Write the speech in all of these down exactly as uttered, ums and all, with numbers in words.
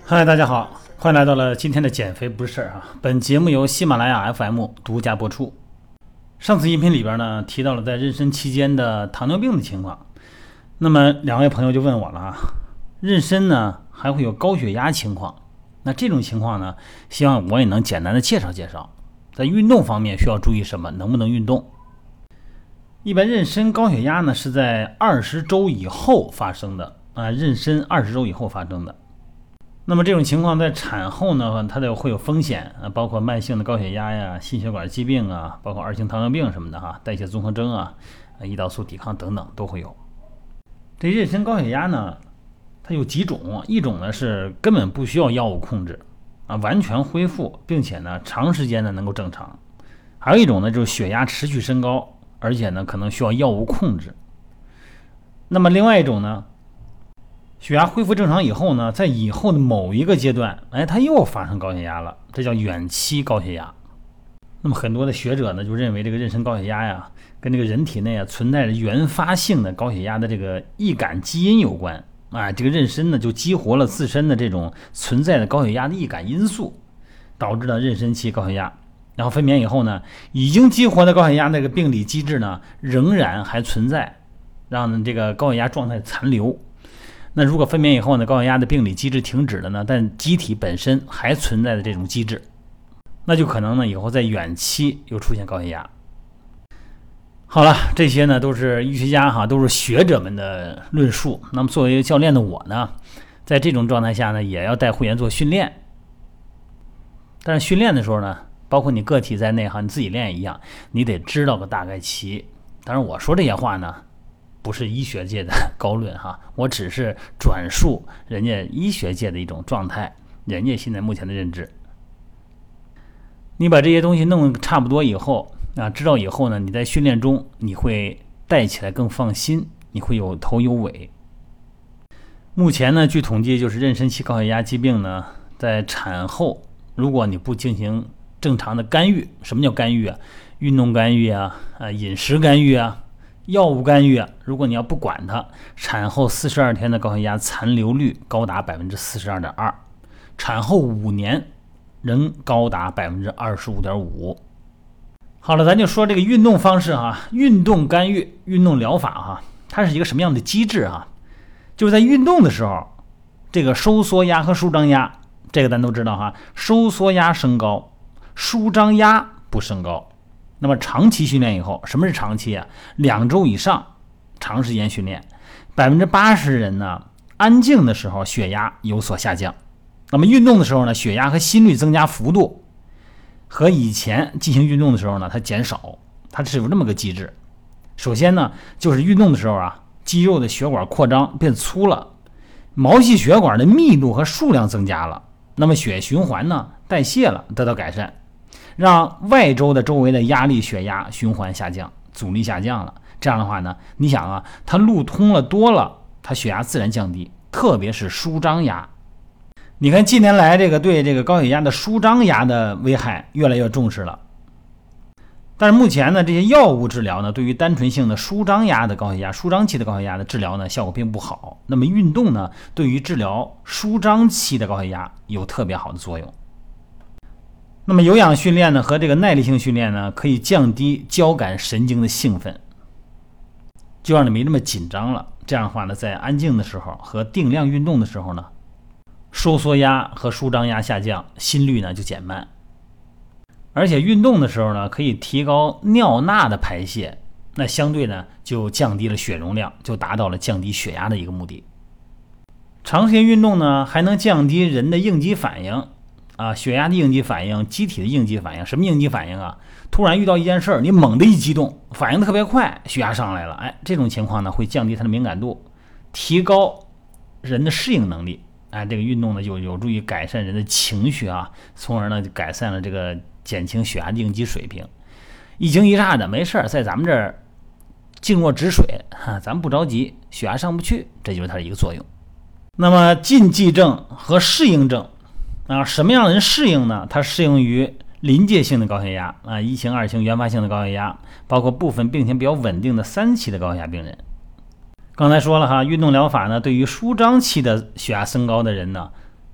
嗨，大家好，欢迎来到了今天的减肥不是事儿啊！本节目由喜马拉雅 F M 独家播出。上次音频里边呢提到了在妊娠期间的糖尿病的情况，那么两位朋友就问我了啊，妊娠呢还会有高血压情况，那这种情况呢，希望我也能简单的介绍介绍，在运动方面需要注意什么，能不能运动？一般妊娠高血压呢是在二十周以后发生的啊，妊娠二十周以后发生的。那么这种情况在产后呢，它的会有风险啊，包括慢性的高血压呀、心血管疾病啊，包括二型糖尿病什么的哈，代谢综合征啊、胰岛素抵抗等等都会有。这妊娠高血压呢，它有几种，一种呢是根本不需要药物控制啊，完全恢复，并且呢长时间呢能够正常；还有一种呢就是血压持续升高，而且呢可能需要药物控制。那么另外一种呢，血压恢复正常以后呢，在以后的某一个阶段，哎，它又发生高血压了，这叫远期高血压。那么很多的学者呢，就认为这个妊娠高血压呀，跟这个人体内啊存在着原发性的高血压的这个易感基因有关啊。这个妊娠呢，就激活了自身的这种存在的高血压的易感因素，导致了妊娠期高血压。然后分娩以后呢，已经激活的高血压那个病理机制呢，仍然还存在，让这个高血压状态残留。那如果分娩以后呢，高血压的病理机制停止了呢，但机体本身还存在的这种机制，那就可能呢以后在远期又出现高血压。好了，这些呢都是医学家哈，都是学者们的论述。那么作为教练的我呢，在这种状态下呢，也要带会员做训练。但是训练的时候呢，包括你个体在内哈，你自己练也一样，你得知道个大概齐。当然我说这些话呢，不是医学界的高论哈，我只是转述人家医学界的一种状态，人家现在目前的认知。你把这些东西弄得差不多以后啊，知道以后呢，你在训练中你会带起来更放心，你会有头有尾。目前呢，据统计，就是妊娠期高血压疾病呢，在产后，如果你不进行正常的干预，什么叫干预啊？运动干预啊，啊，饮食干预啊。药物干预啊，如果你要不管它，产后四十二天的高血压残留率高达 百分之四十二点二， 产后五年仍高达 百分之二十五点五。 好了，咱就说这个运动方式哈，运动干预、运动疗法哈，它是一个什么样的机制哈？就是在运动的时候，这个收缩压和舒张压，这个咱都知道哈，收缩压升高，舒张压不升高。那么长期训练以后，什么是长期啊？两周以上，长时间训练，百分之八十人呢，安静的时候血压有所下降。那么运动的时候呢，血压和心率增加幅度和以前进行运动的时候呢，它减少，它是有这么个机制。首先呢，就是运动的时候啊，肌肉的血管扩张变粗了，毛细血管的密度和数量增加了，那么血循环呢，代谢了，得到改善。让外周的周围的压力血压循环下降，阻力下降了，这样的话呢，你想啊，它路通了多了，它血压自然降低，特别是舒张压。你看近年来这个对这个高血压的舒张压的危害越来越重视了。但是目前呢，这些药物治疗呢，对于单纯性的舒张压的高血压、舒张期的高血压的治疗呢，效果并不好。那么运动呢，对于治疗舒张期的高血压有特别好的作用。那么有氧训练呢和这个耐力性训练呢，可以降低交感神经的兴奋，就让你没那么紧张了。这样的话呢，在安静的时候和定量运动的时候呢，收缩压和舒张压下降，心率呢就减慢。而且运动的时候呢，可以提高尿钠的排泄，那相对呢就降低了血容量，就达到了降低血压的一个目的。长时间运动呢，还能降低人的应激反应。啊，血压的应激反应，机体的应激反应。什么应激反应啊？突然遇到一件事儿，你猛地一激动，反应特别快，血压上来了。哎，这种情况呢，会降低它的敏感度，提高人的适应能力。哎，这个运动呢，就有助于改善人的情绪啊，从而呢，改善了这个减轻血压的应激水平。一惊一乍的，没事儿，在咱们这儿静若止水哈，咱们不着急，血压上不去，这就是它的一个作用。那么禁忌症和适应症。啊，什么样的人适应呢？它适应于临界性的高血压啊，一型、二型原发性的高血压，包括部分病情比较稳定的三期的高血压病人。刚才说了哈，运动疗法呢，对于舒张期的血压升高的人呢，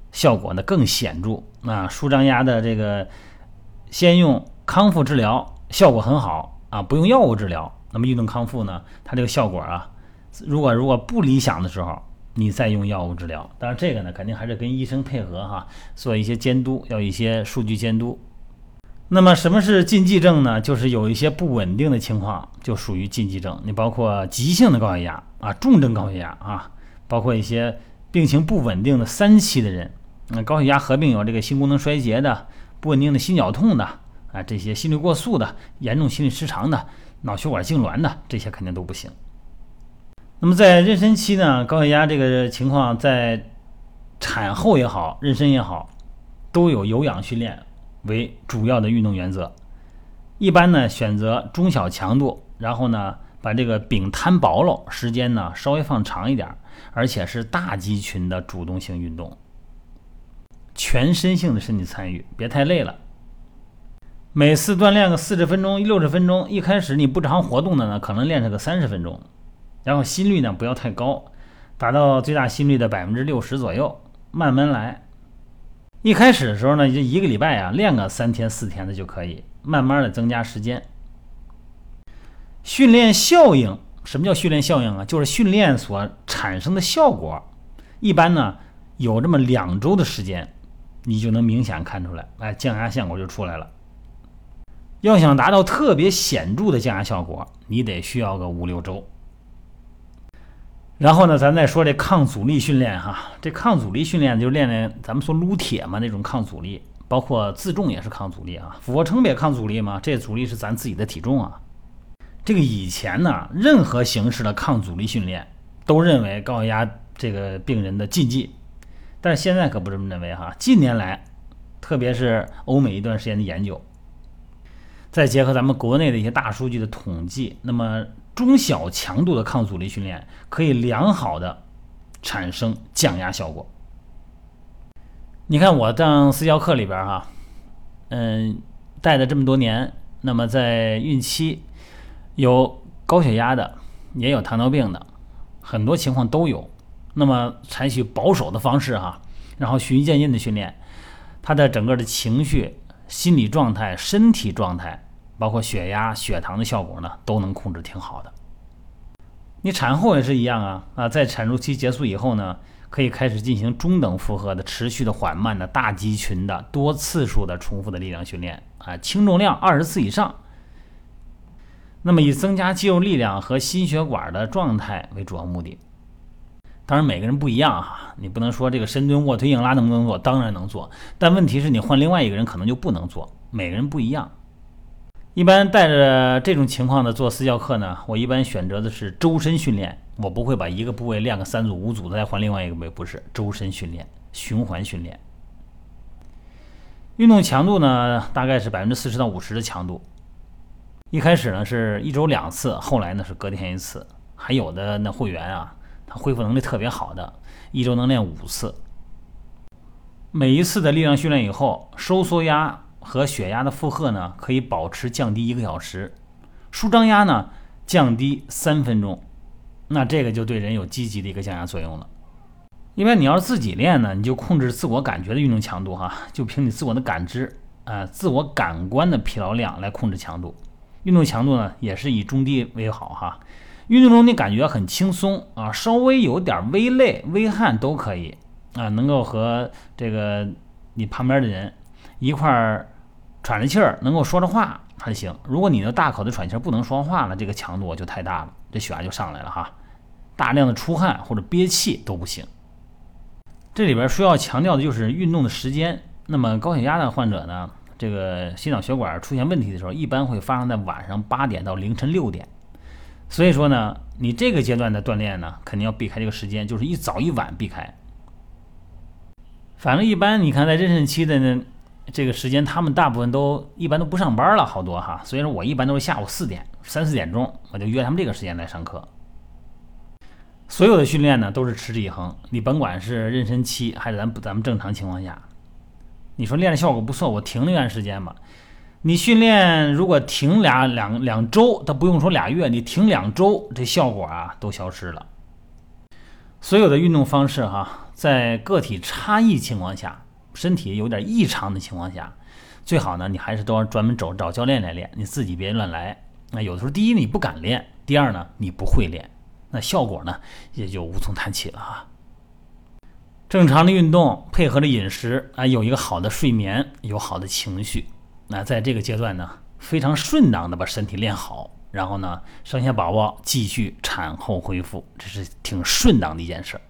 效果呢更显著。啊，舒张压的这个先用康复治疗，效果很好啊，不用药物治疗。那么运动康复呢，它这个效果啊，如果如果不理想的时候，你再用药物治疗。当然这个呢，肯定还是跟医生配合哈，做一些监督，要一些数据监督。那么什么是禁忌症呢？就是有一些不稳定的情况就属于禁忌症。你包括急性的高血压啊，重症高血压啊，包括一些病情不稳定的三期的人，那高血压合并有这个心功能衰竭的、不稳定的心绞痛的啊，这些心率过速的、严重心律失常的、脑血管痉挛的，这些肯定都不行。那么在妊娠期呢，高血压这个情况在产后也好，妊娠也好，都有有氧训练为主要的运动原则。一般呢选择中小强度，然后呢把这个饼摊薄了，时间呢稍微放长一点，而且是大肌群的主动性运动，全身性的身体参与，别太累了。每次锻炼个四十分钟、六十分钟，一开始你不常活动的呢，可能练上个三十分钟，然后心率呢不要太高，达到最大心率的百分之六十左右，慢慢来。一开始的时候呢，就一个礼拜啊练个三天四天的就可以，慢慢的增加时间。训练效应，什么叫训练效应啊？就是训练所产生的效果。一般呢有这么两周的时间，你就能明显看出来，哎，降压效果就出来了。要想达到特别显著的降压效果，你得需要个五六周。然后呢，咱再说这抗阻力训练哈，这抗阻力训练就练练咱们说撸铁嘛，那种抗阻力，包括自重也是抗阻力啊，俯卧撑也抗阻力嘛，这阻力是咱自己的体重啊。这个以前呢，任何形式的抗阻力训练都认为高血压这个病人的禁忌，但是现在可不这么认为哈。近年来，特别是欧美一段时间的研究，再结合咱们国内的一些大数据的统计，那么中小强度的抗阻力训练可以良好的产生降压效果。你看我上私教课里边哈，嗯，带了这么多年，那么在孕期有高血压的，也有糖尿病的，很多情况都有。那么采取保守的方式哈，然后循序渐进的训练，他的整个的情绪、心理状态、身体状态，包括血压、血糖的效果呢，都能控制挺好的。你产后也是一样啊啊，在产褥期结束以后呢，可以开始进行中等负荷的、持续的、缓慢的、大肌群的、多次数的重复的力量训练啊，轻重量二十次以上。那么以增加肌肉力量和心血管的状态为主要目的。当然每个人不一样啊，你不能说这个深蹲、卧推、硬拉能不能做，当然能做，但问题是你换另外一个人可能就不能做，每个人不一样。一般带着这种情况的做私教课呢，我一般选择的是周身训练，我不会把一个部位练个三组五组再换另外一个部位，不是，周身训练，循环训练。运动强度呢，大概是百分之四十到五十的强度。一开始呢是一周两次，后来呢是隔天一次，还有的那会员啊，他恢复能力特别好的，一周能练五次。每一次的力量训练以后，收缩压和血压的负荷呢可以保持降低一个小时，舒张压呢降低三分钟，那这个就对人有积极的一个降压作用了。因为你要是自己练呢，你就控制自我感觉的运动强度哈，就凭你自我的感知啊、呃，自我感官的疲劳量来控制强度。运动强度呢也是以中低为好哈。运动中你感觉很轻松啊，稍微有点微累、微汗都可以啊，能够和这个你旁边的人一块儿喘着气儿，能够说着话还行。如果你的大口的喘气儿不能说话了，这个强度就太大了，这血压就上来了哈。大量的出汗或者憋气都不行。这里边需要强调的就是运动的时间。那么高血压的患者呢，这个心脑血管出现问题的时候，一般会发生在晚上八点到凌晨六点。所以说呢，你这个阶段的锻炼呢，肯定要避开这个时间，就是一早一晚避开。反正一般你看在妊娠期的呢这个时间，他们大部分都一般都不上班了，好多哈。所以说我一般都是下午四点、三四点钟，我就约他们这个时间来上课。所有的训练呢都是持之以恒，你甭管是妊娠期还是咱咱们正常情况下，你说练的效果不错，我停了一段时间吧。你训练如果停俩两两周，他不用说俩月，你停两周，这效果啊都消失了。所有的运动方式哈， 在个体差异情况下，身体有点异常的情况下，最好呢你还是都要专门找找教练来练，你自己别乱来。那有的时候第一你不敢练，第二呢你不会练，那效果呢也就无从谈起了啊。正常的运动配合着饮食啊，有一个好的睡眠，有好的情绪，那在这个阶段呢非常顺当的把身体练好，然后呢生下宝宝继续产后恢复，这是挺顺当的一件事。